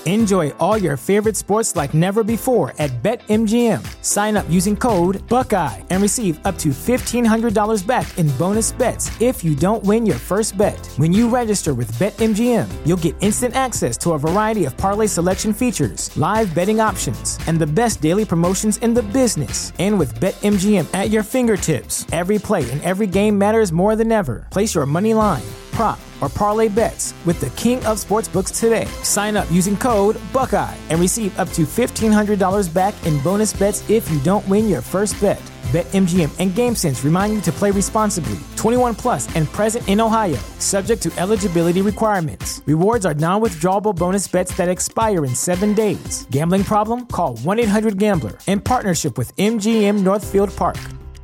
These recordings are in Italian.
Enjoy all your favorite sports like never before at BetMGM. Sign up using code Buckeye and receive up to $1,500 back in bonus bets if you don't win your first bet. When you register with BetMGM, you'll get instant access to a variety of parlay selection features, live betting options, and the best daily promotions in the business. And with BetMGM at your fingertips, every play and every game matters more than ever. Place your money line, prop, or parlay bets with the king of sportsbooks today. Sign up using code Buckeye and receive up to $1,500 back in bonus bets if you don't win your first bet. BetMGM and GameSense remind you to play responsibly. 21 plus and present in Ohio, subject to eligibility requirements. Rewards are non-withdrawable bonus bets that expire in 7 days. Gambling problem? Call 1-800-GAMBLER. In partnership with MGM Northfield Park.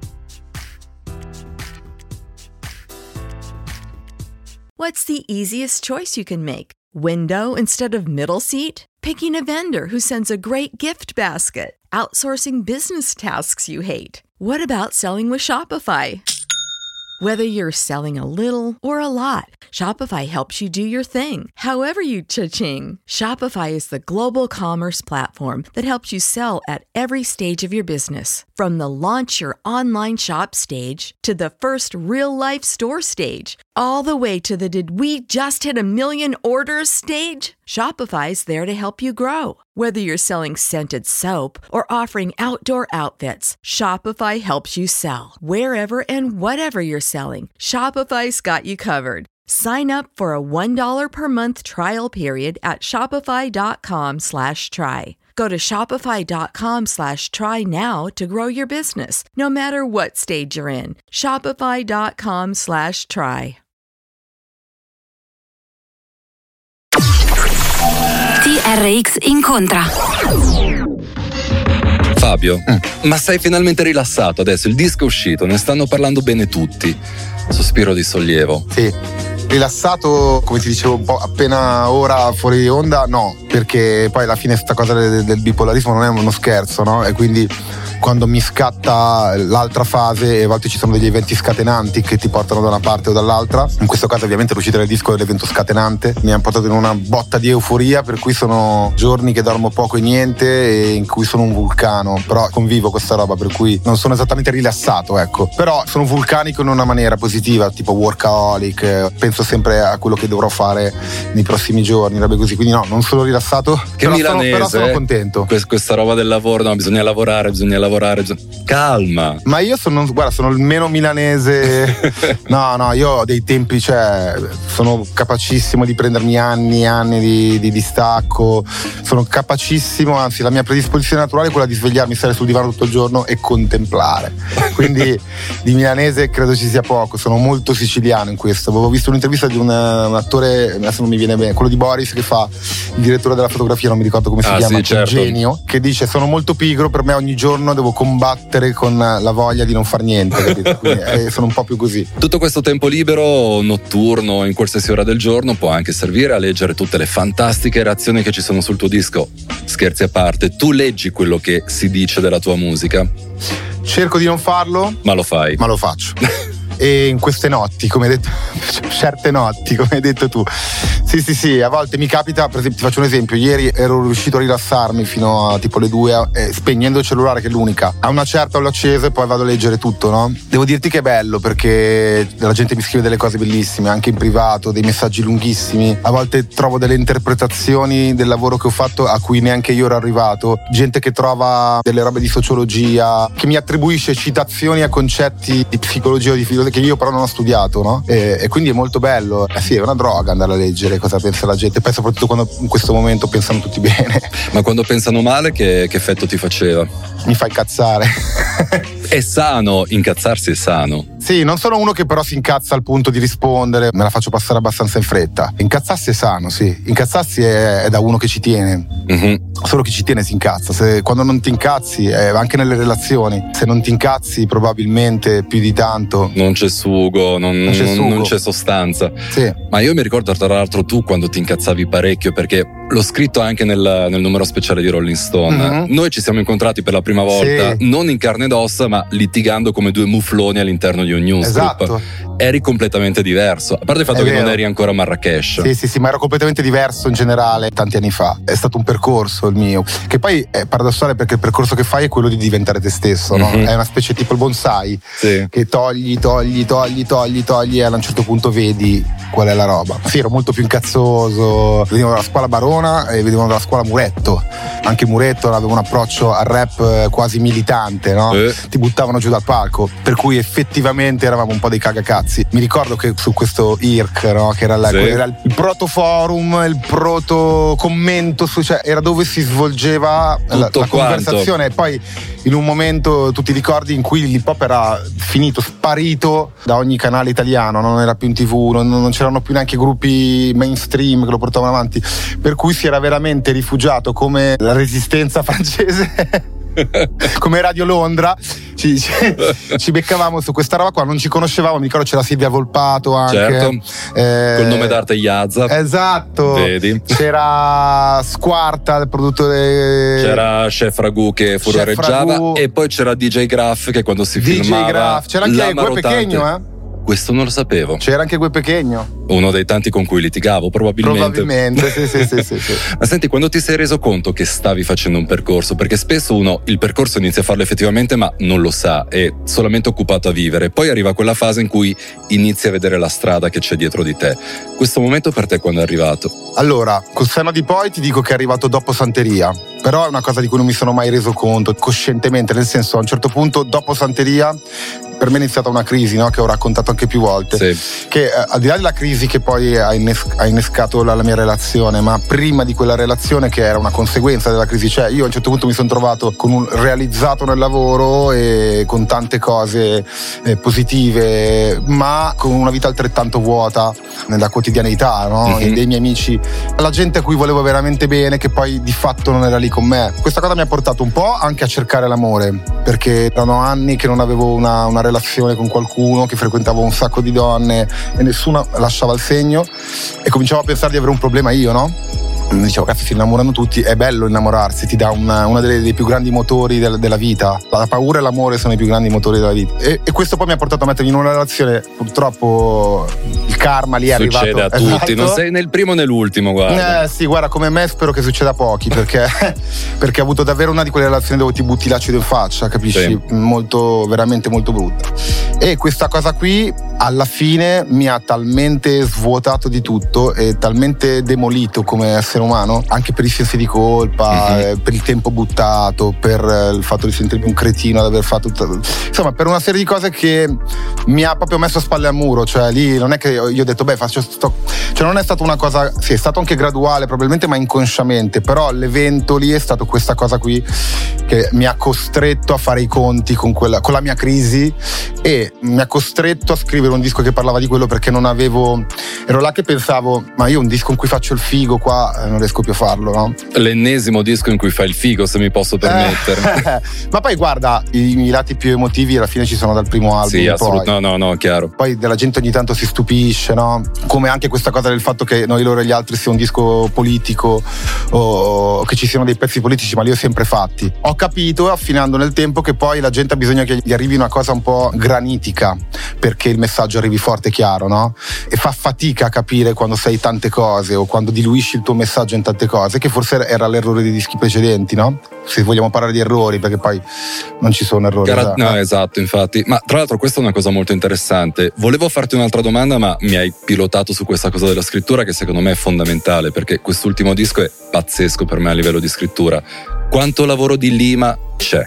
What's the easiest choice you can make? Window instead of middle seat? Picking a vendor who sends a great gift basket? Outsourcing business tasks you hate? What about selling with Shopify? Whether you're selling a little or a lot, Shopify helps you do your thing, however you cha-ching. Shopify is the global commerce platform that helps you sell at every stage of your business. From the launch your online shop stage to the first real-life store stage, all the way to the did we just hit 1 million orders stage? Shopify's there to help you grow. Whether you're selling scented soap or offering outdoor outfits, Shopify helps you sell. Wherever and whatever you're selling, Shopify's got you covered. Sign up for a $1 per month trial period at shopify.com/try. Go to shopify.com/try now to grow your business, no matter what stage you're in. Shopify.com/try. TRX incontra. Fabio, ma sei finalmente rilassato adesso, il disco è uscito, ne stanno parlando bene tutti. Sospiro di sollievo. Sì, rilassato, come ti dicevo un po' appena ora fuori onda, no, perché poi alla fine sta cosa del bipolarismo non è uno scherzo, no? E quindi quando mi scatta l'altra fase, a volte ci sono degli eventi scatenanti che ti portano da una parte o dall'altra. In questo caso ovviamente l'uscita del disco è l'evento scatenante, mi ha portato in una botta di euforia, per cui sono giorni che dormo poco e niente e in cui sono un vulcano, però convivo questa roba, per cui non sono esattamente rilassato, ecco, però sono vulcanico in una maniera positiva, tipo workaholic, penso sempre a quello che dovrò fare nei prossimi giorni, robe così, quindi no, non sono rilassato, che però milanese, sono contento. Questa roba del lavoro, no, bisogna lavorare, calma. Ma io sono il meno milanese. No, io ho dei tempi, cioè sono capacissimo di prendermi anni e anni di distacco, sono capacissimo, anzi la mia predisposizione naturale è quella di svegliarmi, stare sul divano tutto il giorno e contemplare, quindi di milanese credo ci sia poco, sono molto siciliano in questo. Avevo visto un'intervista di un attore, adesso non mi viene bene, quello di Boris che fa il direttore della fotografia, non mi ricordo come si chiama, sì, certo. Genio, che dice: sono molto pigro, per me ogni giorno devo combattere con la voglia di non far niente, capito? Quindi, sono un po' più così. Tutto questo tempo libero, notturno, in qualsiasi ora del giorno, può anche servire a leggere tutte le fantastiche reazioni che ci sono sul tuo disco. Scherzi a parte, tu leggi quello che si dice della tua musica? Cerco di non farlo, ma lo fai. Ma lo faccio. E in queste notti, come hai detto, certe notti, come hai detto tu. Sì, a volte mi capita, per esempio, ti faccio un esempio, ieri ero riuscito a rilassarmi fino a tipo le 2, spegnendo il cellulare, che è l'unica. A una certa l'ho acceso e poi vado a leggere tutto, no? Devo dirti che è bello, perché la gente mi scrive delle cose bellissime, anche in privato, dei messaggi lunghissimi. A volte trovo delle interpretazioni del lavoro che ho fatto a cui neanche io ero arrivato. Gente che trova delle robe di sociologia, che mi attribuisce citazioni a concetti di psicologia o di filosofia che io però non ho studiato, no? E quindi è molto bello. Sì, è una droga andare a leggere cosa pensa la gente, poi soprattutto quando in questo momento pensano tutti bene. Ma quando pensano male, che effetto ti faceva? Mi fa incazzare. È sano, incazzarsi è sano. Sì, non sono uno che però si incazza al punto di rispondere, me la faccio passare abbastanza in fretta. Incazzarsi è sano, sì. Incazzarsi è da uno che ci tiene. Solo chi ci tiene si incazza. Quando non ti incazzi, anche nelle relazioni, se non ti incazzi probabilmente più di tanto non c'è sugo, non c'è sostanza. Sì. Ma io mi ricordo tra l'altro tu quando ti incazzavi parecchio, perché l'ho scritto anche nel numero speciale di Rolling Stone. Noi ci siamo incontrati per la prima volta, Sì. non in carne ed ossa, ma litigando come due mufloni all'interno di un newsgroup. Esatto. Eri completamente diverso, a parte il fatto È che non vero. eri ancora a Marrakesh. Sì, ma ero completamente diverso in generale tanti anni fa. È stato un percorso il mio, che poi è paradossale perché il percorso che fai è quello di diventare te stesso, no? Mhm. È una specie tipo il bonsai, Sì. che togli e a un certo punto vedi qual è la roba. Sì, ero molto più incazzoso. Venivano dalla scuola Barona e venivano dalla scuola Muretto. Anche Muretto aveva un approccio al rap quasi militante, no? Ti buttavano giù dal palco, per cui effettivamente eravamo un po' dei cagacazzi. Mi ricordo che su questo IRC, no? Che era, Sì. era il proto forum, il proto commento, cioè era dove si svolgeva la Tutto conversazione. E poi in un momento tu ti ricordi in cui l'hip hop era finito, sparito da ogni canale italiano, non era più in TV, non c'erano più neanche gruppi mainstream che lo portavano avanti, per cui si era veramente rifugiato come la resistenza francese. Come Radio Londra ci beccavamo su questa roba qua, non ci conoscevamo. Mi ricordo c'era Silvia Volpato anche, Certo. Col nome d'arte Yazza. esatto, Vedi. c'era Squarta, il produttore, C'era Chef Ragù che Chef furoreggiava Ragù. e poi c'era DJ Graff che quando si DJ filmava Graf, c'era anche Lama Gue Rotante. Pechegno, Questo non lo sapevo. c'era anche Gue Pechegno, Uno dei tanti con cui litigavo, probabilmente. sì. Ma senti, quando ti sei reso conto che stavi facendo un percorso, perché spesso uno il percorso inizia a farlo effettivamente ma non lo sa, è solamente occupato a vivere, poi arriva quella fase in cui inizi a vedere la strada che c'è dietro di te. Questo momento per te quando è arrivato? Allora, col senno di poi ti dico che è arrivato dopo Santeria, però è una cosa di cui non mi sono mai reso conto coscientemente, nel senso, a un certo punto dopo Santeria per me è iniziata una crisi, no? Che ho raccontato anche più volte, Sì. che al di là della crisi che poi ha innescato la mia relazione, ma prima di quella relazione che era una conseguenza della crisi, cioè io a un certo punto mi sono trovato con un realizzato nel lavoro e con tante cose positive, ma con una vita altrettanto vuota nella quotidianità, no? Mhm. Dei miei amici, la gente a cui volevo veramente bene, che poi di fatto non era lì con me. Questa cosa mi ha portato un po' anche a cercare l'amore, perché erano anni che non avevo una relazione con qualcuno, che frequentavo un sacco di donne e nessuna lasciava il segno, e cominciavo a pensare di avere un problema io, no? Mi dicevo, cazzo, si innamorano tutti, è bello innamorarsi, ti dà una dei più grandi motori della vita. La paura e l'amore sono i più grandi motori della vita, e questo poi mi ha portato a mettermi in una relazione. Purtroppo il karma lì è Succede arrivato, a tutti, esatto. non sei né il primo né l'ultimo, guarda. Sì, guarda, come me spero che succeda a pochi, perché ho avuto davvero una di quelle relazioni dove ti butti l'acido in faccia, capisci? Sì. Molto, veramente molto brutta. E questa cosa qui alla fine mi ha talmente svuotato di tutto e talmente demolito come essere umano, anche per i sensi di colpa, per il tempo buttato, per il fatto di sentirmi un cretino ad aver fatto insomma, per una serie di cose che mi ha proprio messo a spalle al muro. Cioè lì non è che io ho detto cioè non è stata una cosa, sì, è stato anche graduale probabilmente, ma inconsciamente, però l'evento lì è stato questa cosa qui che mi ha costretto a fare i conti con la mia crisi, e mi ha costretto a scrivere un disco che parlava di quello, perché non avevo, ero là che pensavo, ma io un disco in cui faccio il figo qua non riesco più a farlo, no? L'ennesimo disco in cui fai il figo, se mi posso permettere. Ma poi guarda, i lati più emotivi alla fine ci sono dal primo album. Sì, in assolutamente, poi. no, chiaro. Poi della gente ogni tanto si stupisce, no? Come anche questa cosa del fatto che Noi, loro e gli altri sia un disco politico, o che ci siano dei pezzi politici, ma li ho sempre fatti. Ho capito, affinando nel tempo, che poi la gente ha bisogno che gli arrivi una cosa un po' granitica, perché il messaggio arrivi forte e chiaro, no? E fa fatica a capire quando sai tante cose, o quando diluisci il tuo messaggio in tante cose, che forse era l'errore dei dischi precedenti, no? Se vogliamo parlare di errori, perché poi non ci sono errori. No, esatto, infatti. Ma tra l'altro questa è una cosa molto interessante. Volevo farti un'altra domanda, ma mi hai pilotato su questa cosa della scrittura, che secondo me è fondamentale, perché quest'ultimo disco è pazzesco per me a livello di scrittura. Quanto lavoro di Lima c'è?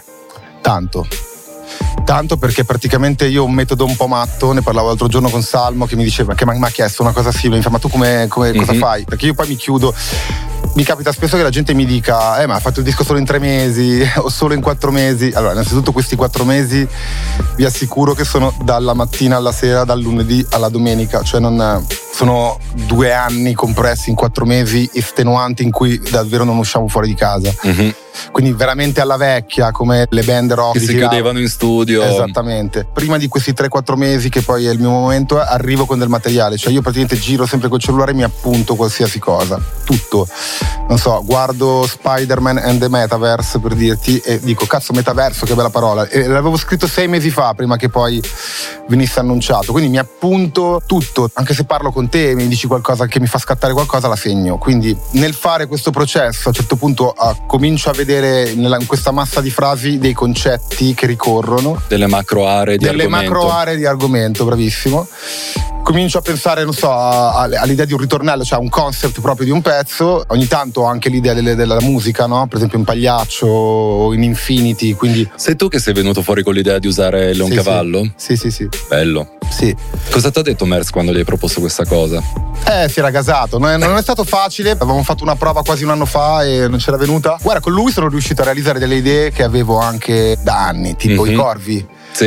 Tanto, perché praticamente io ho un metodo un po' matto. Ne parlavo l'altro giorno con Salmo, che mi diceva, che mi ha chiesto una cosa simile, mi fa, ma tu come cosa fai? Perché io poi mi chiudo. Mi capita spesso che la gente mi dica, ma hai fatto il disco solo in 3 mesi o solo in 4 mesi. Allora, innanzitutto questi 4 mesi vi assicuro che sono dalla mattina alla sera, dal lunedì alla domenica, cioè sono 2 anni compressi in 4 mesi estenuanti, in cui davvero non usciamo fuori di casa. Quindi veramente alla vecchia, come le band rock che si chiudevano in studio. Esattamente. Prima di questi 3-4 mesi, che poi è il mio momento, arrivo con del materiale. Cioè io praticamente giro sempre col cellulare e mi appunto qualsiasi cosa, tutto. non so, guardo Spider-Man and the Metaverse, per dirti, e dico cazzo, metaverso, che bella parola, e l'avevo scritto 6 mesi fa, prima che poi venisse annunciato, quindi mi appunto tutto, anche se parlo con te, mi dici qualcosa che mi fa scattare qualcosa, la segno. Quindi nel fare questo processo a un certo punto comincio a vedere in questa massa di frasi dei concetti che ricorrono, delle macro aree di argomento. Delle macro aree di argomento, bravissimo. Comincio a pensare, non so, all'idea di un ritornello, cioè un concept proprio di un pezzo. Ogni tanto ho anche l'idea della musica, no? Per esempio in Pagliaccio o in Infinity, quindi... Sei tu che sei venuto fuori con l'idea di usare Leoncavallo? Sì. Bello. Sì. Cosa ti ha detto Merz quando gli hai proposto questa cosa? Si era gasato, non è stato facile, avevamo fatto una prova quasi un anno fa e non c'era venuta. Guarda, con lui sono riuscito a realizzare delle idee che avevo anche da anni, tipo i corvi.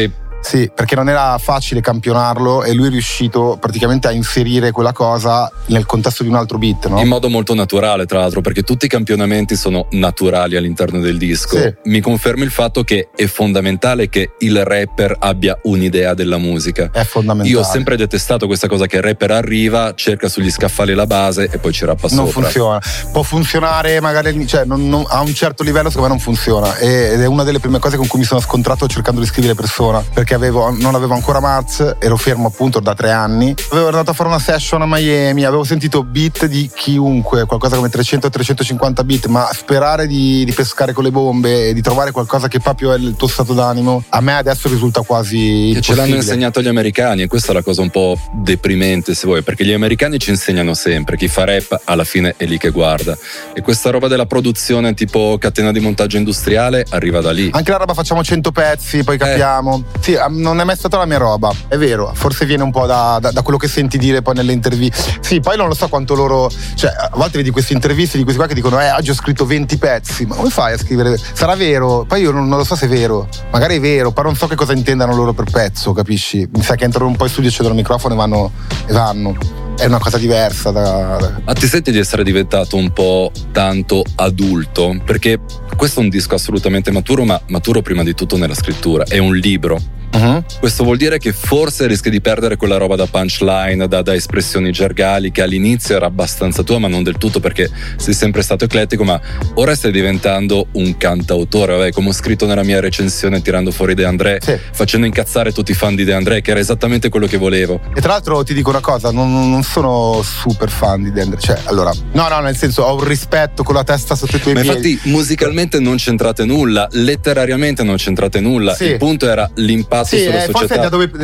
Sì, perché non era facile campionarlo e lui è riuscito praticamente a inserire quella cosa nel contesto di un altro beat, no? In modo molto naturale, tra l'altro, perché tutti i campionamenti sono naturali all'interno del disco. Sì. Mi confermi il fatto che è fondamentale che il rapper abbia un'idea della musica. È fondamentale. Io ho sempre detestato questa cosa che il rapper arriva, cerca sugli scaffali la base e poi ci rappa sopra. Non funziona. Può funzionare magari, cioè a un certo livello secondo me non funziona, ed è una delle prime cose con cui mi sono scontrato cercando di scrivere Persona, perché non avevo ancora Marz, ero fermo appunto da 3 anni, avevo andato a fare una session a Miami, avevo sentito beat di chiunque, qualcosa come 300-350 beat, ma sperare di pescare con le bombe e di trovare qualcosa che proprio è il tuo stato d'animo, a me adesso risulta quasi impossibile. Ce l'hanno insegnato gli americani e questa è la cosa un po' deprimente, se vuoi, perché gli americani ci insegnano sempre, chi fa rap alla fine è lì che guarda, e questa roba della produzione tipo catena di montaggio industriale arriva da lì. Anche la roba facciamo 100 pezzi, poi capiamo. Sì, non è mai stata la mia roba, è vero, forse viene un po' da quello che senti dire poi nelle interviste. Sì, poi non lo so quanto loro, cioè a volte vedi queste interviste di questi qua che dicono oggi ho scritto 20 pezzi, ma come fai a scrivere? Sarà vero? Poi io non lo so se è vero, magari è vero, però non so che cosa intendano loro per pezzo, capisci? Mi sa che entrano un po' in studio, accendono il microfono e vanno. È una cosa diversa Ma ti senti di essere diventato un po' tanto adulto? Perché questo è un disco assolutamente maturo, ma maturo prima di tutto nella scrittura, è un libro. Questo vuol dire che forse rischi di perdere quella roba da punchline, da espressioni gergali, che all'inizio era abbastanza tua, ma non del tutto, perché sei sempre stato eclettico, ma ora stai diventando un cantautore. Vabbè, come ho scritto nella mia recensione tirando fuori De André, facendo incazzare tutti i fan di De André, che era esattamente quello che volevo. E tra l'altro ti dico una cosa, non sono super fan di De André, cioè allora no, nel senso ho un rispetto con la testa sotto i tuoi piedi. Ma infatti musicalmente non c'entrate nulla, letterariamente non c'entrate nulla, il punto era l'impatto sulla società. Forse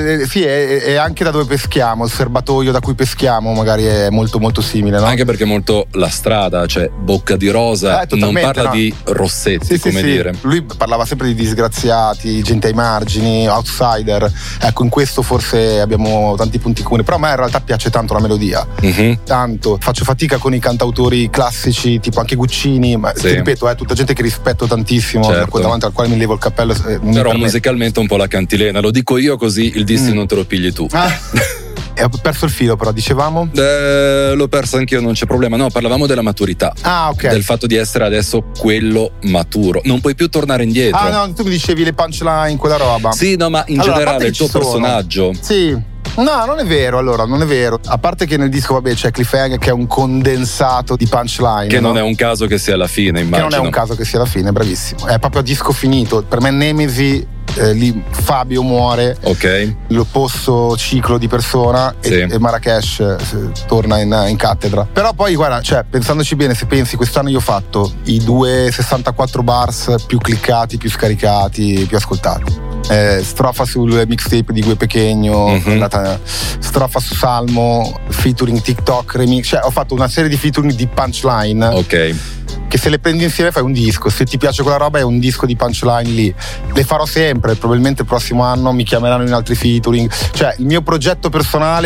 è anche da dove peschiamo, il serbatoio da cui peschiamo magari è molto molto simile, no? Anche perché è molto la strada, cioè Bocca di Rosa non parla di Rossetti, dire. Lui parlava sempre di disgraziati, gente ai margini, outsider. Ecco, in questo forse abbiamo tanti punti comuni, però a me in realtà piace tanto la melodia, tanto. Faccio fatica con i cantautori classici, tipo anche Guccini, ma ti ripeto, è tutta gente che rispetto tantissimo, davanti al quale mi levo il cappello. Però musicalmente un po' la cantilena, lo dico io così il dissi non te lo pigli tu. Ho perso il filo, però dicevamo? L'ho perso anch'io, non c'è problema. No, parlavamo della maturità. Ok. Del fatto di essere adesso quello maturo. Non puoi più tornare indietro. No, tu mi dicevi le punchline, quella roba. Sì, no, ma in generale il tuo personaggio. Sì. No, non è vero, allora, non è vero. A parte che nel disco, vabbè, c'è Cliffhanger che è un condensato di punchline. Che non è un caso che sia alla fine, immagino. Che non è un caso che sia alla fine, bravissimo. È proprio a disco finito. Per me Nemesi, lì Fabio muore. Ok. L'opposto ciclo di Persona e Marrakesh torna in cattedra. Però poi, guarda, cioè, pensandoci bene, se pensi, quest'anno io ho fatto i 264 bars più cliccati, più scaricati, più ascoltati. Strofa sul mixtape di Gue Pequeno, strofa su Salmo, featuring TikTok, remix, cioè ho fatto una serie di featuring di punchline che se le prendi insieme fai un disco. Se ti piace quella roba è un disco di punchline lì. Le farò sempre, probabilmente il prossimo anno mi chiameranno in altri featuring. Cioè il mio progetto personale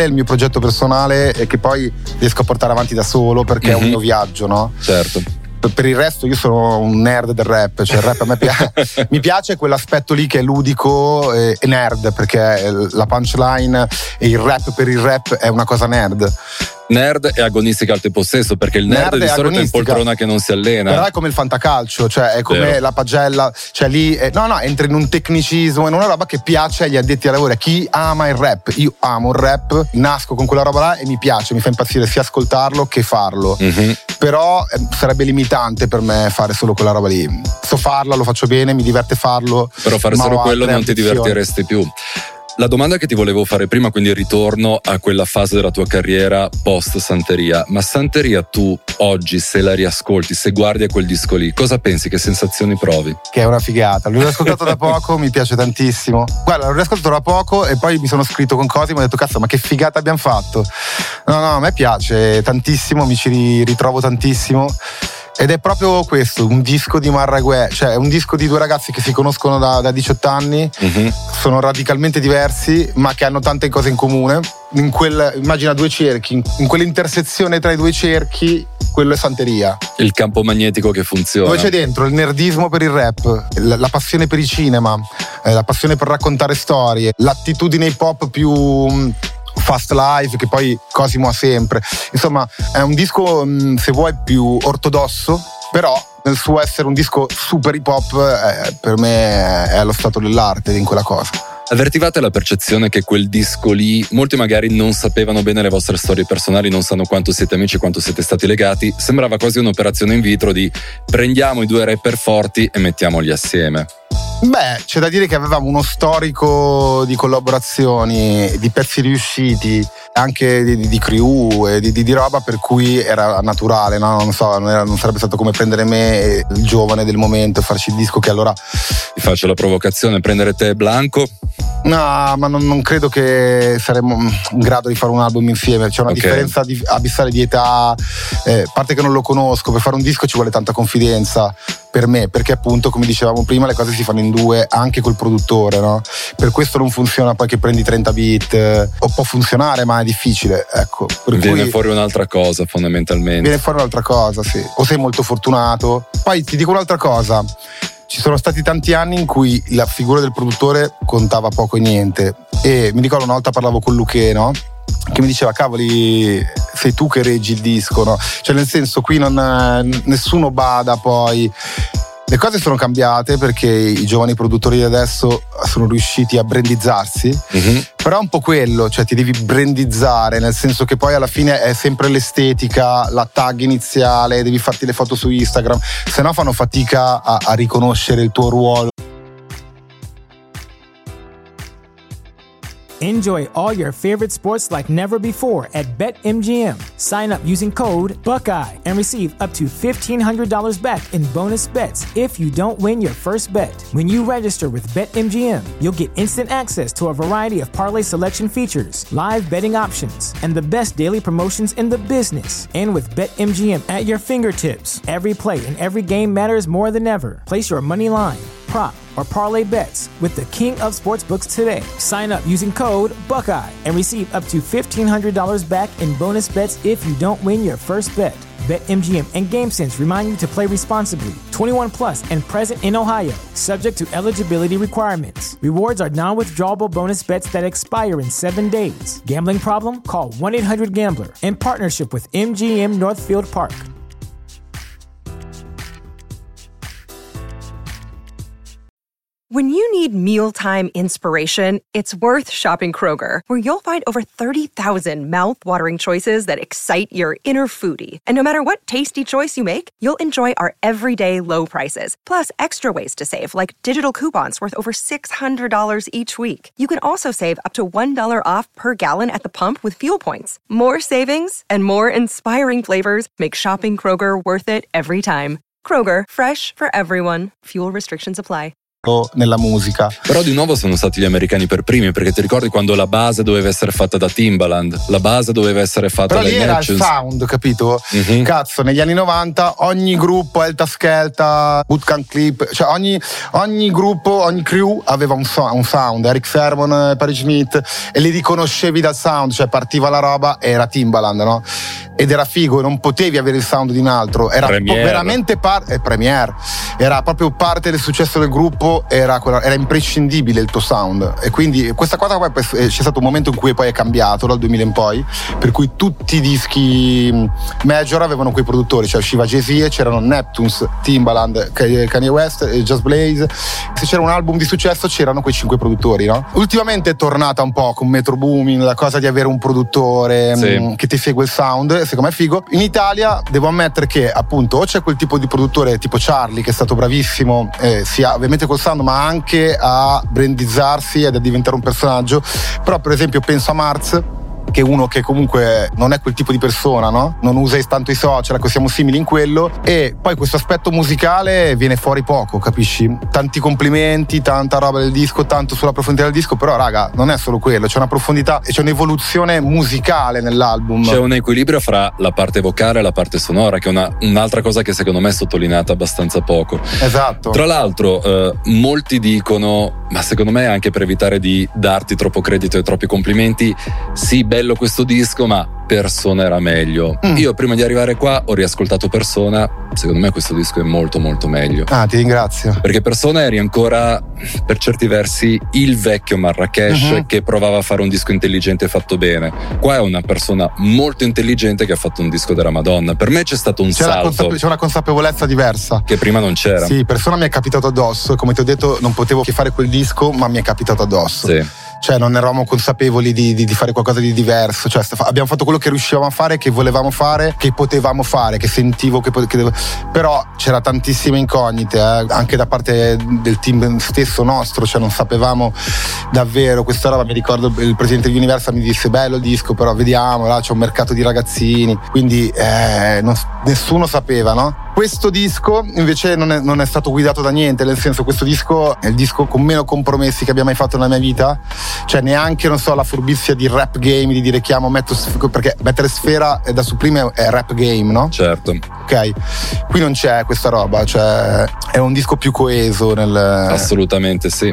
è che poi riesco a portare avanti da solo, perché è un mio viaggio, no? Certo. Per il resto io sono un nerd del rap, cioè il rap a me mi piace quell'aspetto lì che è ludico e nerd, perché la punchline e il rap per il rap è una cosa nerd e agonistica al tempo stesso, perché il nerd di solito è in poltrona che non si allena. Però è come il fantacalcio, cioè è come la pagella, cioè lì entra in un tecnicismo, in una roba che piace agli addetti ai lavori, a chi ama il rap. Io amo il rap, nasco con quella roba là e mi piace, mi fa impazzire sia ascoltarlo che farlo. però sarebbe limitante per me fare solo quella roba lì. So farla, lo faccio bene, mi diverte farlo, però fare solo quello non ti divertiresti più. La domanda che ti volevo fare prima, quindi ritorno a quella fase della tua carriera post Santeria, ma Santeria tu oggi, se la riascolti, se guardi a quel disco lì, cosa pensi, che sensazioni provi? Che è una figata, l'ho riascoltato da poco, mi piace tantissimo. Guarda, l'ho riascoltato da poco e poi mi sono scritto con Cosimo e mi ho detto cazzo, ma che figata abbiamo fatto. No, a me piace tantissimo, mi ci ritrovo tantissimo. Ed è proprio questo, un disco di Marraguè, cioè è un disco di due ragazzi che si conoscono da 18 anni, sono radicalmente diversi ma che hanno tante cose in comune. Immagina due cerchi, in quell'intersezione tra i due cerchi, quello è Santeria. Il campo magnetico che funziona. Dove c'è dentro il nerdismo per il rap, la passione per il cinema, la passione per raccontare storie, l'attitudine hip hop più fast life che poi Cosimo ha sempre. Insomma, è un disco, se vuoi, più ortodosso, però nel suo essere un disco super hip hop per me è allo stato dell'arte in quella cosa. Avvertivate la percezione che quel disco lì, molti magari non sapevano bene le vostre storie personali, non sanno quanto siete amici, quanto siete stati legati, sembrava quasi un'operazione in vitro di prendiamo i due rapper forti e mettiamoli assieme. Beh, c'è da dire che avevamo uno storico di collaborazioni, di pezzi riusciti, anche di crew e di roba per cui era naturale, no? Non so, non sarebbe stato come prendere me, il giovane del momento, e farci il disco che allora... Ti faccio la provocazione, prendere te Blanco? No, ma non credo che saremmo in grado di fare un album insieme. C'è una differenza abissale di età, a parte che non lo conosco, per fare un disco ci vuole tanta confidenza per me, perché appunto, come dicevamo prima, le cose si fanno in due anche col produttore, no? Per questo non funziona poi che prendi 30 beat, o può funzionare ma è difficile, ecco. Viene fuori un'altra cosa fondamentalmente. Viene fuori un'altra cosa, sì. O sei molto fortunato. Poi ti dico un'altra cosa. Ci sono stati tanti anni in cui la figura del produttore contava poco e niente, e mi ricordo una volta parlavo con Luché, no? Che mi diceva cavoli, sei tu che reggi il disco, no? Cioè nel senso, qui nessuno bada poi. Le cose sono cambiate perché i giovani produttori di adesso sono riusciti a brandizzarsi, però è un po' quello, cioè ti devi brandizzare, nel senso che poi alla fine è sempre l'estetica, la tag iniziale, devi farti le foto su Instagram, se no fanno fatica a riconoscere il tuo ruolo. Enjoy all your favorite sports like never before at BetMGM. Sign up using code Buckeye and receive up to $1,500 back in bonus bets if you don't win your first bet. When you register with BetMGM, you'll get instant access to a variety of parlay selection features, live betting options, and the best daily promotions in the business. And with BetMGM at your fingertips, every play and every game matters more than ever. Place your money line, prop, or parlay bets with the king of sportsbooks today. Sign up using code Buckeye and receive up to $1,500 back in bonus bets if you don't win your first bet. BetMGM and GameSense remind you to play responsibly. 21 plus and present in Ohio, subject to eligibility requirements. Rewards are non-withdrawable bonus bets that expire in 7 days. Gambling problem? Call 1-800-GAMBLER. In partnership with MGM Northfield Park. When you need mealtime inspiration, it's worth shopping Kroger, where you'll find over 30,000 mouth-watering choices that excite your inner foodie. And no matter what tasty choice you make, you'll enjoy our everyday low prices, plus extra ways to save, like digital coupons worth over $600 each week. You can also save up to $1 off per gallon at the pump with fuel points. More savings and more inspiring flavors make shopping Kroger worth it every time. Kroger, fresh for everyone. Fuel restrictions apply. Nella musica. Però di nuovo sono stati gli americani per primi, perché ti ricordi quando la base doveva essere fatta da Timbaland, la base doveva essere fatta però dai lì era Natchez. il sound, capito? Cazzo, negli anni 90 ogni gruppo, Elta Skelta, Bootcamp Clip, cioè ogni gruppo, ogni crew aveva un sound, Eric Sermon, Paris Smith, e li riconoscevi dal sound, cioè partiva la roba e era Timbaland, no? Ed era figo, non potevi avere il sound di un altro, era veramente Premiere, era proprio parte del successo del gruppo disco era imprescindibile il tuo sound, e quindi questa cosa poi c'è stato un momento in cui poi è cambiato dal 2000 in poi, per cui tutti i dischi major avevano quei produttori, cioè usciva Jay-Z e c'erano Neptunes, Timbaland, Kanye West, Just Blaze. Se c'era un album di successo c'erano quei 5 produttori, no? Ultimamente è tornata un po' con Metro Boomin la cosa di avere un produttore che ti segue il sound, secondo me è figo. In Italia devo ammettere che appunto o c'è quel tipo di produttore tipo Charlie, che è stato bravissimo sia ovviamente col sound ma anche a brandizzarsi ed a diventare un personaggio, però per esempio penso a Marz, che è uno che comunque non è quel tipo di persona, no? Non usa tanto i social, ecco, siamo simili in quello, e poi questo aspetto musicale viene fuori poco, capisci? Tanti complimenti, tanta roba del disco, tanto sulla profondità del disco, però raga, non è solo quello, c'è una profondità e c'è un'evoluzione musicale nell'album. C'è un equilibrio fra la parte vocale e la parte sonora, che è un'altra cosa che secondo me è sottolineata abbastanza poco. Esatto. Tra l'altro molti dicono, ma secondo me anche per evitare di darti troppo credito e troppi complimenti, sì, bello questo disco, ma Persona era meglio. Io prima di arrivare qua ho riascoltato Persona, secondo me questo disco è molto molto meglio. Ti ringrazio. Perché Persona eri ancora per certi versi il vecchio Marracash che provava a fare un disco intelligente e fatto bene. Qua è una persona molto intelligente che ha fatto un disco della Madonna. Per me c'è stato un salto. C'è una consapevolezza diversa che prima non c'era. Sì, Persona mi è capitato addosso, come ti ho detto non potevo che fare quel disco, ma mi è capitato addosso. Sì. Cioè non eravamo consapevoli di fare qualcosa di diverso, cioè abbiamo fatto quello che riuscivamo a fare, che volevamo fare, che potevamo fare, che sentivo però c'era tantissime incognite anche da parte del team stesso nostro, cioè non sapevamo davvero questa roba. Mi ricordo il presidente di Universal mi disse bello il disco, però vediamo, là c'è un mercato di ragazzini, quindi nessuno sapeva, no? Questo disco invece non è stato guidato da niente, nel senso, questo disco è il disco con meno compromessi che abbia mai fatto nella mia vita, cioè neanche, non so, la furbizia di rap game, di dire perché mettere Sfera da Supreme è rap game, no? Certo. Ok, qui non c'è questa roba, cioè è un disco più coeso Assolutamente sì.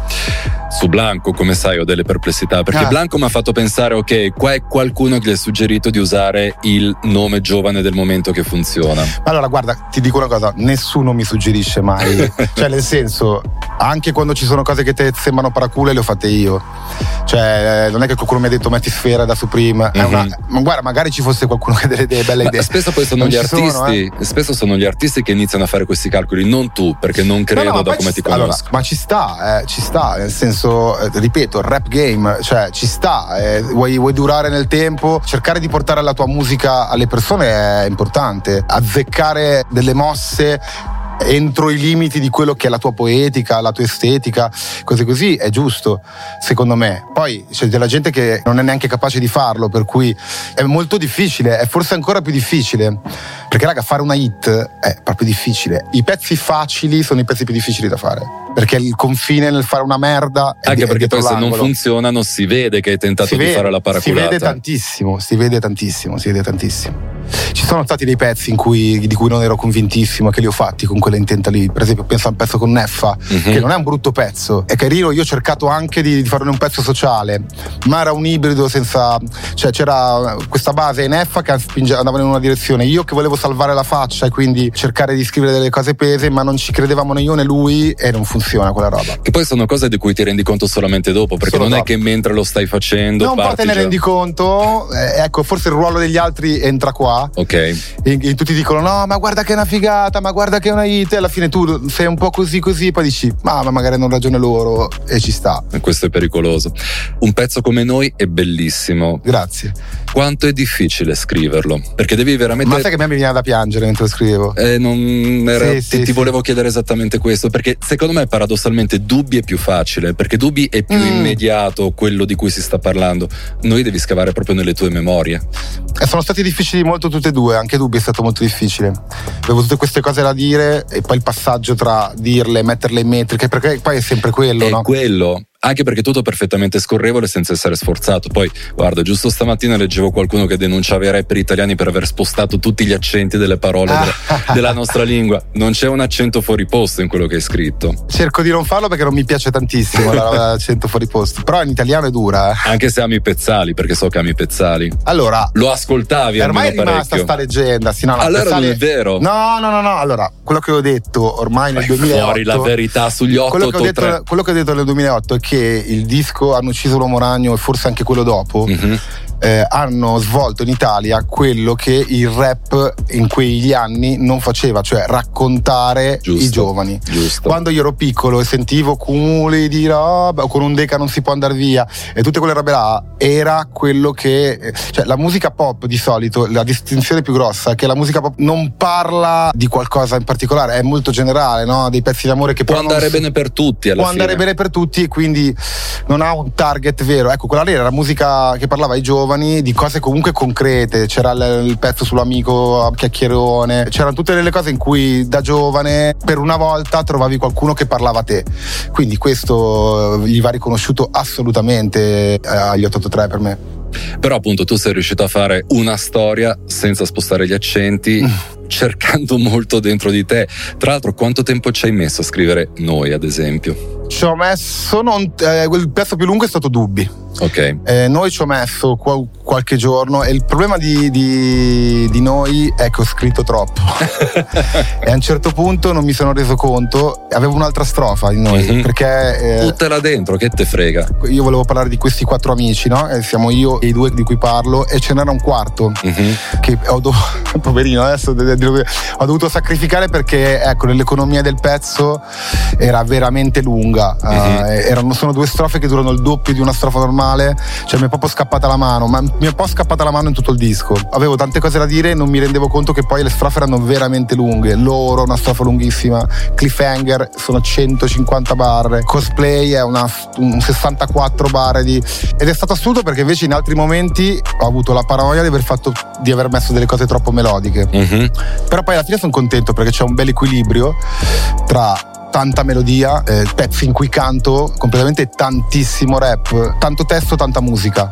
Su Blanco, come sai, ho delle perplessità, perché Blanco mi ha fatto pensare, ok, qua è qualcuno che gli ha suggerito di usare il nome giovane del momento che funziona. Allora guarda, ti dico una cosa, nessuno mi suggerisce mai cioè nel senso, anche quando ci sono cose che te sembrano paracule le ho fatte io, cioè non è che qualcuno mi ha detto metti Sfera da Supreme, ma guarda, magari ci fosse qualcuno che ha delle belle idee. Spesso poi sono gli artisti, spesso sono gli artisti che iniziano a fare questi calcoli, non tu, perché non credo da come ti conosco. Allora, ma ci sta, nel senso, ripeto, il rap game, cioè ci sta, vuoi durare nel tempo, cercare di portare la tua musica alle persone è importante, azzeccare delle mosse entro i limiti di quello che è la tua poetica, la tua estetica, cose così, è giusto secondo me. Poi c'è della gente che non è neanche capace di farlo, per cui è molto difficile, è forse ancora più difficile, perché raga, fare una hit è proprio difficile. I pezzi facili sono i pezzi più difficili da fare, perché il confine nel fare una merda è anche perché poi se l'angolo. Non funzionano si vede che hai tentato di fare la paraculata. Si vede tantissimo. Ci sono stati dei pezzi di cui non ero convintissimo, che li ho fatti con quella intenta lì. Per esempio penso a un pezzo con Neffa, che non è un brutto pezzo, è carino. Io ho cercato anche di farne un pezzo sociale, ma era un ibrido senza, cioè c'era questa base in Neffa che andava in una direzione, io che volevo salvare la faccia e quindi cercare di scrivere delle cose pese, ma non ci credevamo né io né lui e non funziona quella roba. Che poi sono cose di cui ti rendi conto solamente dopo, perché non è che mentre lo stai facendo non te ne rendi conto, ecco, forse il ruolo degli altri entra qua. Ok. E tutti dicono no, ma guarda che è una figata, ma guarda che è una hit, e alla fine tu sei un po' così, poi dici ma magari hanno ragione loro, e ci sta. E questo è pericoloso. Un pezzo come Noi è bellissimo. Grazie. Quanto è difficile scriverlo, perché devi veramente... Ma sai che a me mi viene da piangere mentre lo scrivevo. Ti volevo chiedere esattamente questo, perché secondo me paradossalmente Dubbi è più facile, perché Dubbi è più immediato, quello di cui si sta parlando. Noi devi scavare proprio nelle tue memorie. Sono stati difficili molto tutte e due, anche Dubbi è stato molto difficile. Avevo tutte queste cose da dire e poi il passaggio tra dirle, metterle in metriche, perché poi è sempre quello, no? Quello. anche perché è tutto perfettamente scorrevole senza essere sforzato. Poi guarda, giusto stamattina leggevo qualcuno che denunciava i rapper italiani per aver spostato tutti gli accenti delle parole della nostra lingua. Non c'è un accento fuori posto in quello che hai scritto. Cerco di non farlo perché non mi piace tantissimo l'accento fuori posto, però in italiano è dura. Anche se ami Pezzali, perché so che ami Pezzali. Allora, lo ascoltavi ormai almeno è rimasta parecchio. sta leggenda. Sì, no, allora Pezzali... non è vero. No. Allora, quello che ho detto ormai nel 2008, fuori la verità sugli 883. Quello che ho detto nel 2008 è che il disco Hanno ucciso l'uomo ragno e forse anche quello dopo hanno svolto in Italia quello che il rap in quegli anni non faceva, cioè raccontare i giovani. Giusto. Quando io ero piccolo e sentivo cumuli di roba, o con un deca non si può andare via e tutte quelle robe là, era quello che, cioè la musica pop di solito, la distinzione più grossa è che la musica pop non parla di qualcosa in particolare, è molto generale, no? Dei pezzi d'amore che può andare bene per tutti alla fine. Può andare bene per tutti e quindi non ha un target vero. Ecco, quella lì era la musica che parlava ai giovani di cose comunque concrete. C'era il pezzo sull'amico chiacchierone, c'erano tutte delle cose in cui da giovane per una volta trovavi qualcuno che parlava a te, quindi questo gli va riconosciuto assolutamente agli 883 per me. Però appunto tu sei riuscito a fare una storia senza spostare gli accenti, cercando molto dentro di te. Tra l'altro, quanto tempo ci hai messo a scrivere Noi, ad esempio? Ci ho messo il pezzo più lungo è stato Dubbi. Ok. Noi ci ho messo qualche giorno e il problema di Noi è che ho scritto troppo e a un certo punto non mi sono reso conto, avevo un'altra strofa di Noi perché buttala dentro, che te frega. Io volevo parlare di questi 4 amici, no? Siamo io e i 2 di cui parlo e ce n'era un quarto che poverino, adesso ho dovuto sacrificare perché ecco, nell'economia del pezzo era veramente lunga. Sono 2 strofe che durano il doppio di una strofa normale, cioè mi è proprio scappata la mano, ma mi è un po' scappata la mano in tutto il disco. Avevo tante cose da dire e non mi rendevo conto che poi le strofe erano veramente lunghe. Loro, una strofa lunghissima, Cliffhanger sono 150 barre, Cosplay è un 64 barre ed è stato assurdo perché invece in altri momenti ho avuto la paranoia di aver messo delle cose troppo melodiche. Però poi alla fine sono contento perché c'è un bel equilibrio tra tanta melodia, pezzi in cui canto completamente, tantissimo rap, tanto testo, tanta musica,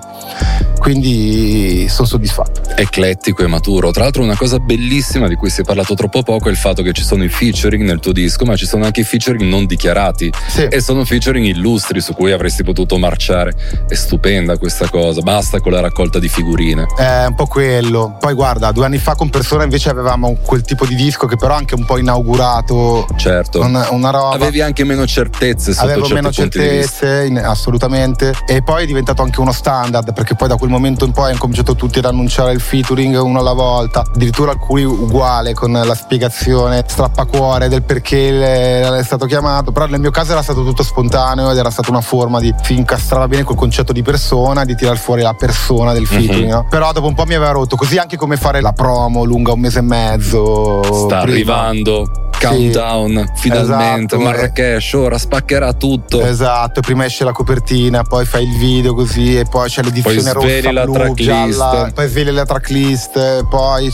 quindi sono soddisfatto. Eclettico e maturo. Tra l'altro una cosa bellissima di cui si è parlato troppo poco è il fatto che ci sono i featuring nel tuo disco, ma ci sono anche i featuring non dichiarati, sì. E sono featuring illustri su cui avresti potuto marciare. È stupenda questa cosa, basta con la raccolta di figurine. È un po' quello. Poi guarda, 2 anni fa con Persona invece avevamo quel tipo di disco che però anche un po' inaugurato. Certo. Una roba. Avevi anche meno certezze sotto Avevo certi meno punti certezze, di vista. Assolutamente. E poi è diventato anche uno standard perché poi da quel momento in poi hanno cominciato tutti ad annunciare il featuring uno alla volta, addirittura alcuni uguale con la spiegazione strappacuore del perché è stato chiamato. Però nel mio caso era stato tutto spontaneo ed era stata una forma di si incastrava bene col concetto di persona, di tirar fuori la persona del featuring, no? Però dopo un po' mi aveva rotto, così anche come fare la promo lunga 1 mese e mezzo. Sta arrivando Countdown, finalmente, esatto. Marrakesh, ora spaccherà tutto. Esatto, prima esce la copertina, poi fai il video così e poi c'è l'edizione rossa, blu, gialla, poi svegli la tracklist, poi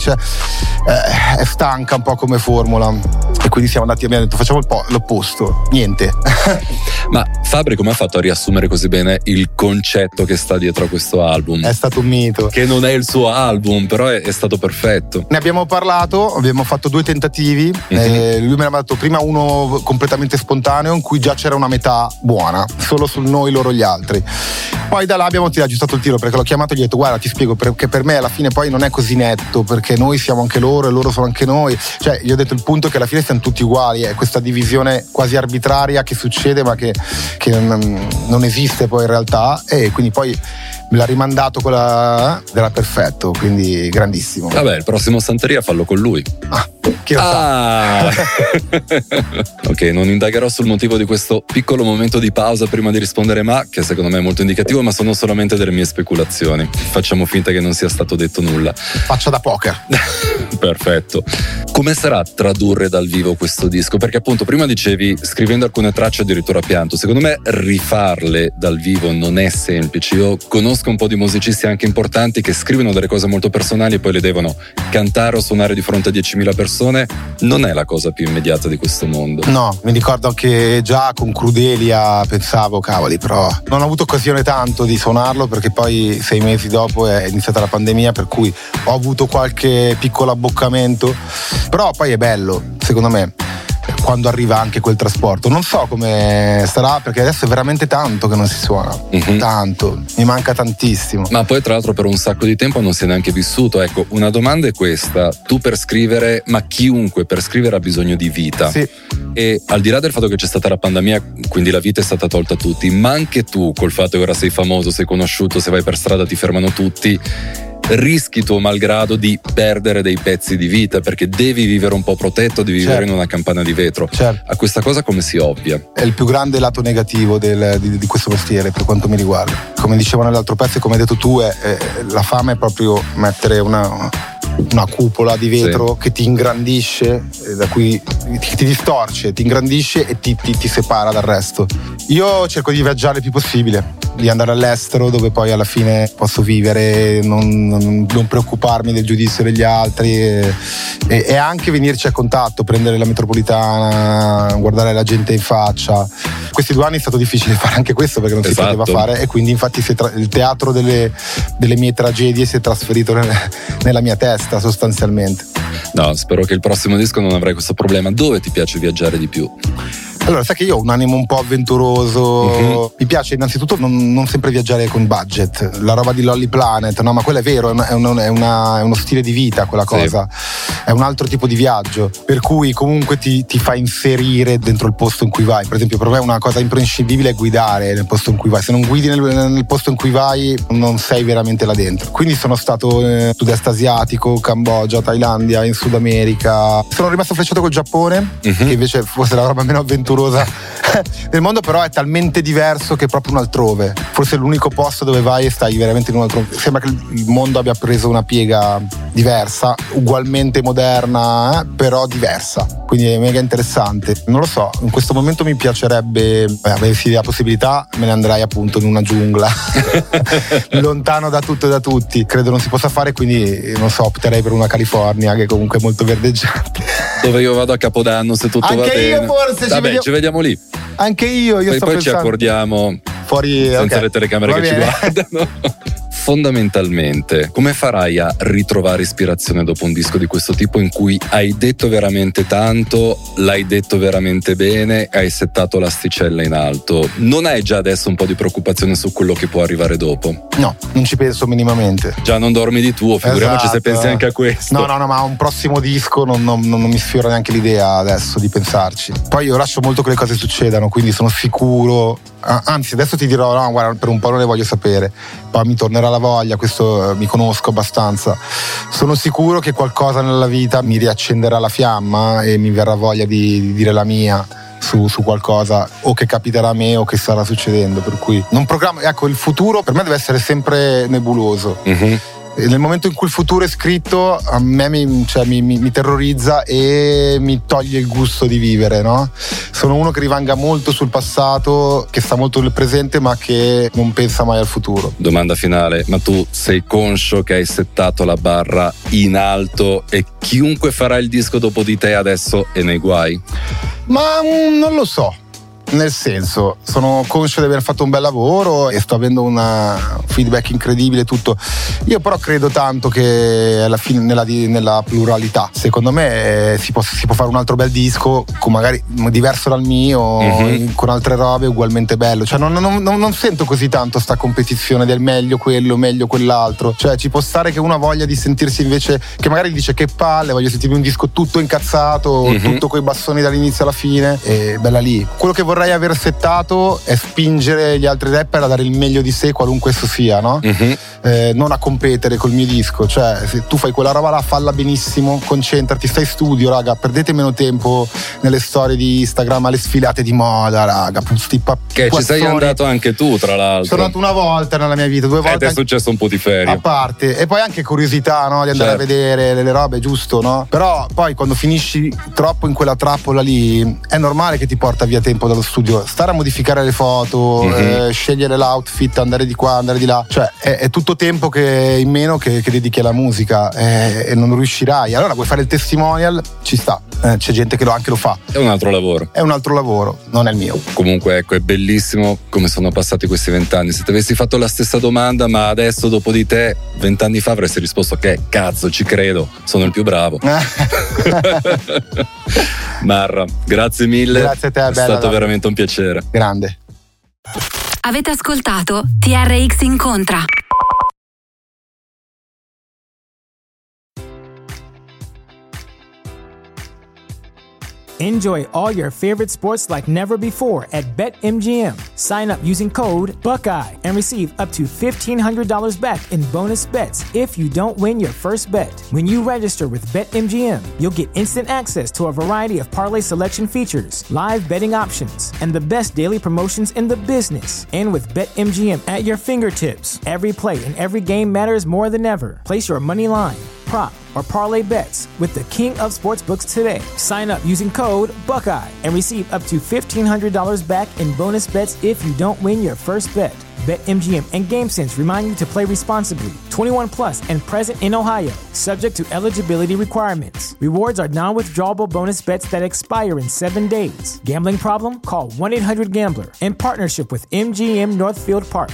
è stanca un po' come formula. E quindi siamo andati, abbiamo detto facciamo l'opposto, niente. Ma Fabri come ha fatto a riassumere così bene il concetto che sta dietro a questo album? È stato un mito. Che non è il suo album, però è stato perfetto. Ne abbiamo parlato, abbiamo fatto 2 tentativi. Lui me ne ha dato prima uno completamente spontaneo in cui già c'era una metà buona, solo sul noi, loro, gli altri. Poi da là abbiamo aggiustato il tiro perché l'ho chiamato e gli ho detto guarda ti spiego perché per me alla fine poi non è così netto perché noi siamo anche loro e loro sono anche noi, cioè gli ho detto il punto è che alla fine siamo tutti uguali, è questa divisione quasi arbitraria che succede ma che non esiste poi in realtà, e quindi poi me l'ha rimandato quella della perfetto, quindi grandissimo. Vabbè, il prossimo Santeria fallo con lui. Chi lo sa? Ok, non indagherò sul motivo di questo piccolo momento di pausa prima di rispondere che secondo me è molto indicativo, ma sono solamente delle mie speculazioni. Facciamo finta che non sia stato detto nulla. Faccia da poker. Perfetto. Come sarà tradurre dal vivo questo disco? Perché appunto prima dicevi, scrivendo alcune tracce addirittura pianto. Secondo me rifarle dal vivo non è semplice. Io conosco un po' di musicisti anche importanti che scrivono delle cose molto personali e poi le devono cantare o suonare di fronte a 10.000 persone. Non è la cosa più immediata di questo mondo. No, mi ricordo che già con Crudelia pensavo, cavoli, però non ho avuto occasione tanto di suonarlo, perché poi 6 mesi dopo è iniziata la pandemia, per cui ho avuto qualche piccolo abboccamento. Però poi è bello, secondo me, quando arriva anche quel trasporto. Non so come sarà, perché adesso è veramente tanto che non si suona. Tanto, mi manca tantissimo. Ma poi tra l'altro per un sacco di tempo non si è neanche vissuto. Ecco, una domanda è questa: tu per scrivere, ma chiunque per scrivere ha bisogno di vita. Sì. E al di là del fatto che c'è stata la pandemia, quindi la vita è stata tolta a tutti, ma anche tu, col fatto che ora sei famoso, sei conosciuto, se vai per strada ti fermano tutti, rischi tuo malgrado di perdere dei pezzi di vita, perché devi vivere un po' protetto, devi vivere in una campana di vetro. A questa cosa come si ovvia? È il più grande lato negativo di questo mestiere, per quanto mi riguarda. Come dicevo nell'altro pezzo e come hai detto tu, la fama è proprio mettere una cupola di vetro che ti ingrandisce, da cui ti distorce, ti ingrandisce e ti separa dal resto. Io cerco di viaggiare il più possibile, di andare all'estero dove poi alla fine posso vivere, non preoccuparmi del giudizio degli altri e anche venirci a contatto, prendere la metropolitana, guardare la gente in faccia. Questi 2 anni è stato difficile fare anche questo, perché non si poteva fare, e quindi infatti il teatro delle mie tragedie si è trasferito nella mia testa sostanzialmente. No, spero che il prossimo disco non avrai questo problema. Dove ti piace viaggiare di più? Allora, sai che io ho un animo un po' avventuroso. Mi piace innanzitutto non sempre viaggiare con budget. La roba di Lolly Planet, no, ma quello è vero, è uno stile di vita quella cosa. È un altro tipo di viaggio, per cui comunque ti fa inserire dentro il posto in cui vai. Per esempio, per me una cosa imprescindibile è guidare nel posto in cui vai. Se non guidi nel posto in cui vai, non sei veramente là dentro. Quindi sono stato sud-est asiatico, Cambogia, Thailandia, in Sud America. Sono rimasto frecciato col Giappone, che invece forse è la roba meno avventurosa del mondo, però è talmente diverso che è proprio un altrove. Forse è l'unico posto dove vai e stai veramente in un altro. Sembra che il mondo abbia preso una piega diversa, ugualmente moderna, però diversa. Quindi è mega interessante. Non lo so, in questo momento mi piacerebbe, avessi la possibilità, me ne andrei appunto in una giungla lontano da tutto e da tutti. Credo non si possa fare, quindi non so, opterei per una California che comunque è molto verdeggiante, dove io vado a Capodanno se tutto va bene. Anche io forse ci vediamo lì. Anche io poi sto pensando. Ci accordiamo fuori senza le telecamere che ci guardano. Fondamentalmente, come farai a ritrovare ispirazione dopo un disco di questo tipo, in cui hai detto veramente tanto, l'hai detto veramente bene, hai settato l'asticella in alto? Non hai già adesso un po' di preoccupazione su quello che può arrivare dopo? No, non ci penso minimamente. Già non dormi di tuo, figuriamoci se pensi anche a questo. No, ma un prossimo disco non mi sfiora neanche l'idea adesso di pensarci. Poi io lascio molto che le cose succedano, quindi sono sicuro. Anzi, adesso ti dirò, no, guarda, per un po' non le voglio sapere, poi mi tornerà la voglia, questo mi conosco abbastanza. Sono sicuro che qualcosa nella vita mi riaccenderà la fiamma e mi verrà voglia di dire la mia su qualcosa, o che capiterà a me o che starà succedendo, per cui non programmo. Ecco, il futuro per me deve essere sempre nebuloso. Nel momento in cui il futuro è scritto, a me mi terrorizza e mi toglie il gusto di vivere, no? Sono uno che rivanga molto sul passato, che sta molto nel presente, ma che non pensa mai al futuro. Domanda finale: ma tu sei conscio che hai settato la barra in alto e chiunque farà il disco dopo di te adesso è nei guai? Ma non lo so. Nel senso, sono conscio di aver fatto un bel lavoro e sto avendo un feedback incredibile, tutto. Io però credo tanto che alla fine nella pluralità, secondo me si può fare un altro bel disco, con magari diverso dal mio, con altre robe ugualmente bello. Cioè non sento così tanto sta competizione del meglio quello, meglio quell'altro. Cioè ci può stare che uno ha voglia di sentirsi, invece, che magari dice che palle, voglio sentirmi un disco tutto incazzato, tutto coi bassoni dall'inizio alla fine, e bella lì. Quello che vorrei vorrei aver settato è spingere gli altri rapper a dare il meglio di sé, qualunque esso sia, no? Non a competere col mio disco. Cioè, se tu fai quella roba là, falla benissimo, concentrati, stai in studio, raga, perdete meno tempo nelle storie di Instagram alle sfilate di moda, raga, che ci sei andato anche tu, tra l'altro. Sono andato una volta nella mia vita, 2 volte è successo un po' di ferie a parte, e poi anche curiosità, no? Di andare a vedere le robe, giusto, no? Però poi quando finisci troppo in quella trappola lì è normale che ti porta via tempo dallo studio, stare a modificare le foto, scegliere l'outfit, andare di qua, andare di là, cioè è tutto tempo che in meno che dedichi alla musica, e non riuscirai. Allora vuoi fare il testimonial, ci sta, c'è gente che anche lo fa, è un altro lavoro, non è il mio. Comunque ecco, è bellissimo come sono passati questi 20 anni. Se ti avessi fatto la stessa domanda, ma adesso dopo di te, 20 anni fa, avresti risposto che cazzo, ci credo, sono il più bravo. Marra, grazie mille. Grazie a te, è stato veramente un piacere. Grande. Avete ascoltato TRX Incontra. Enjoy all your favorite sports like never before at BetMGM. Sign up using code Buckeye and receive up to $1,500 back in bonus bets if you don't win your first bet. When you register with BetMGM, you'll get instant access to a variety of parlay selection features, live betting options, and the best daily promotions in the business. And with BetMGM at your fingertips, every play and every game matters more than ever. Place your money line, prop, or parlay bets with the king of sportsbooks today. Sign up using code Buckeye and receive up to $1,500 back in bonus bets if you don't win your first bet. BetMGM and GameSense remind you to play responsibly. 21 plus and present in Ohio, subject to eligibility requirements. Rewards are non-withdrawable bonus bets that expire in 7 days. Gambling problem? Call 1-800-GAMBLER. In partnership with MGM Northfield Park.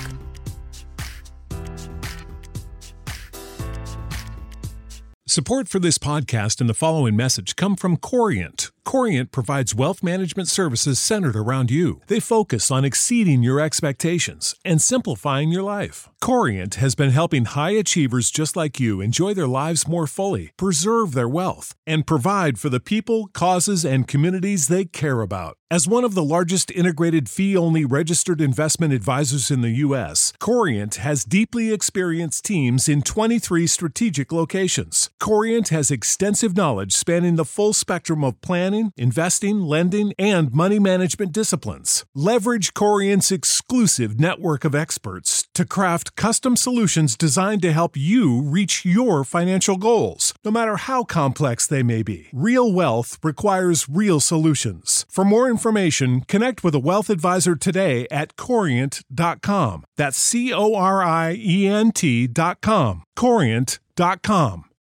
Support for this podcast and the following message come from Corient. Corient provides wealth management services centered around you. They focus on exceeding your expectations and simplifying your life. Corient has been helping high achievers just like you enjoy their lives more fully, preserve their wealth, and provide for the people, causes, and communities they care about. As one of the largest integrated fee-only registered investment advisors in the U.S., Corient has deeply experienced teams in 23 strategic locations. Corient has extensive knowledge spanning the full spectrum of planning, investing, lending, and money management disciplines. Leverage Corient's exclusive network of experts to craft custom solutions designed to help you reach your financial goals, no matter how complex they may be. Real wealth requires real solutions. For more information, connect with a wealth advisor today at Corient.com. That's Corient.com. Corient.com.